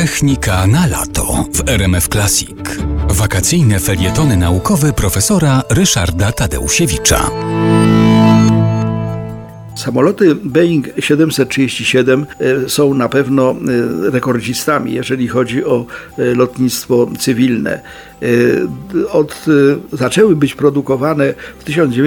Technika na lato w RMF Classic. Wakacyjne felietony naukowe profesora Ryszarda Tadeusiewicza. Samoloty Boeing 737 są na pewno rekordzistami, jeżeli chodzi o lotnictwo cywilne. Zaczęły być produkowane w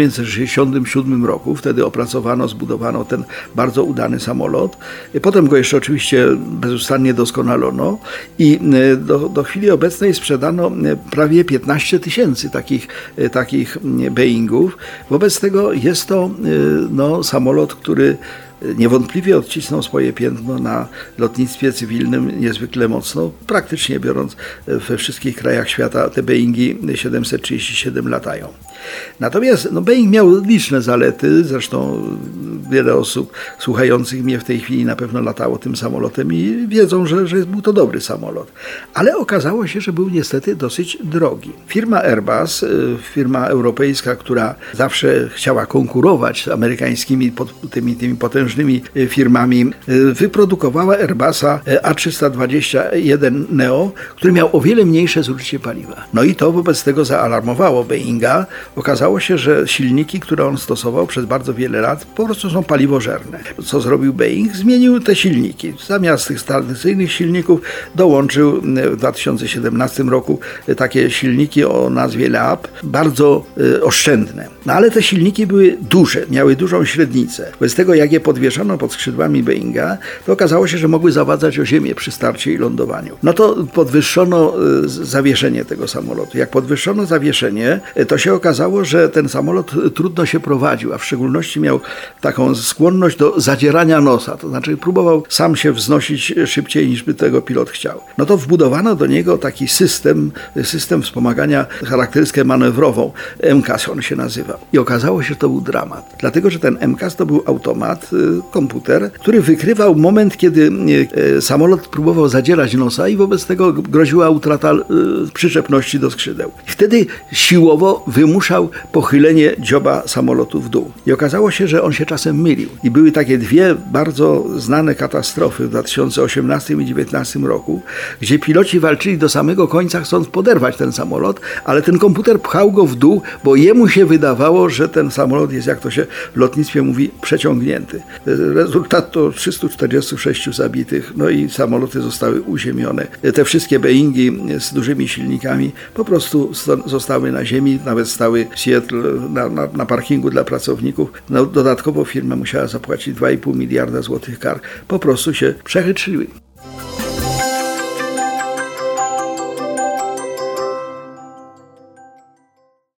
1967 roku, wtedy opracowano, zbudowano ten bardzo udany samolot. Potem go jeszcze oczywiście bezustannie doskonalono i do chwili obecnej sprzedano prawie 15 tysięcy takich Boeingów. Wobec tego jest to samolot, który niewątpliwie odcisnął swoje piętno na lotnictwie cywilnym niezwykle mocno. Praktycznie biorąc, we wszystkich krajach świata te Boeingi 737 latają. Natomiast Boeing miał liczne zalety, zresztą wiele osób słuchających mnie w tej chwili na pewno latało tym samolotem i wiedzą, że był to dobry samolot. Ale okazało się, że był niestety dosyć drogi. Firma Airbus, firma europejska, która zawsze chciała konkurować z amerykańskimi tymi potężnymi firmami, wyprodukowała Airbusa A321 Neo, który miał o wiele mniejsze zużycie paliwa. No i to wobec tego zaalarmowało Boeinga. Okazało się, że silniki, które on stosował przez bardzo wiele lat, po prostu są paliwożerne. Co zrobił Boeing? Zmienił te silniki. Zamiast tych tradycyjnych silników dołączył w 2017 roku takie silniki o nazwie LEAP, bardzo oszczędne. No ale te silniki były duże, miały dużą średnicę. Wobec tego, jak je podwieszono pod skrzydłami Boeinga, to okazało się, że mogły zawadzać o ziemię przy starcie i lądowaniu. No to podwyższono zawieszenie tego samolotu. Jak podwyższono zawieszenie, to się okazało, że ten samolot trudno się prowadził, a w szczególności miał taką skłonność do zadzierania nosa, to znaczy próbował sam się wznosić szybciej, niż by tego pilot chciał. No to wbudowano do niego taki system wspomagania, charakterystykę manewrową. MCAS on się nazywał. I okazało się, że to był dramat. Dlatego, że ten MCAS to był automat, komputer, który wykrywał moment, kiedy samolot próbował zadzierać nosa i wobec tego groziła utrata przyczepności do skrzydeł. I wtedy siłowo wymuszał pochylenie dzioba samolotu w dół. I okazało się, że on się czasem mylił. I były takie dwie bardzo znane katastrofy w 2018 i 2019 roku, gdzie piloci walczyli do samego końca, chcąc poderwać ten samolot, ale ten komputer pchał go w dół, bo jemu się wydawało, że ten samolot jest, jak to się w lotnictwie mówi, przeciągnięty. Rezultat to 346 zabitych, no i samoloty zostały uziemione. Te wszystkie Boeingi z dużymi silnikami po prostu zostały na ziemi, nawet stały w Seattle na parkingu dla pracowników. No, dodatkowo firma musiała zapłacić 2,5 miliarda złotych kar. Po prostu się przechytrzyły.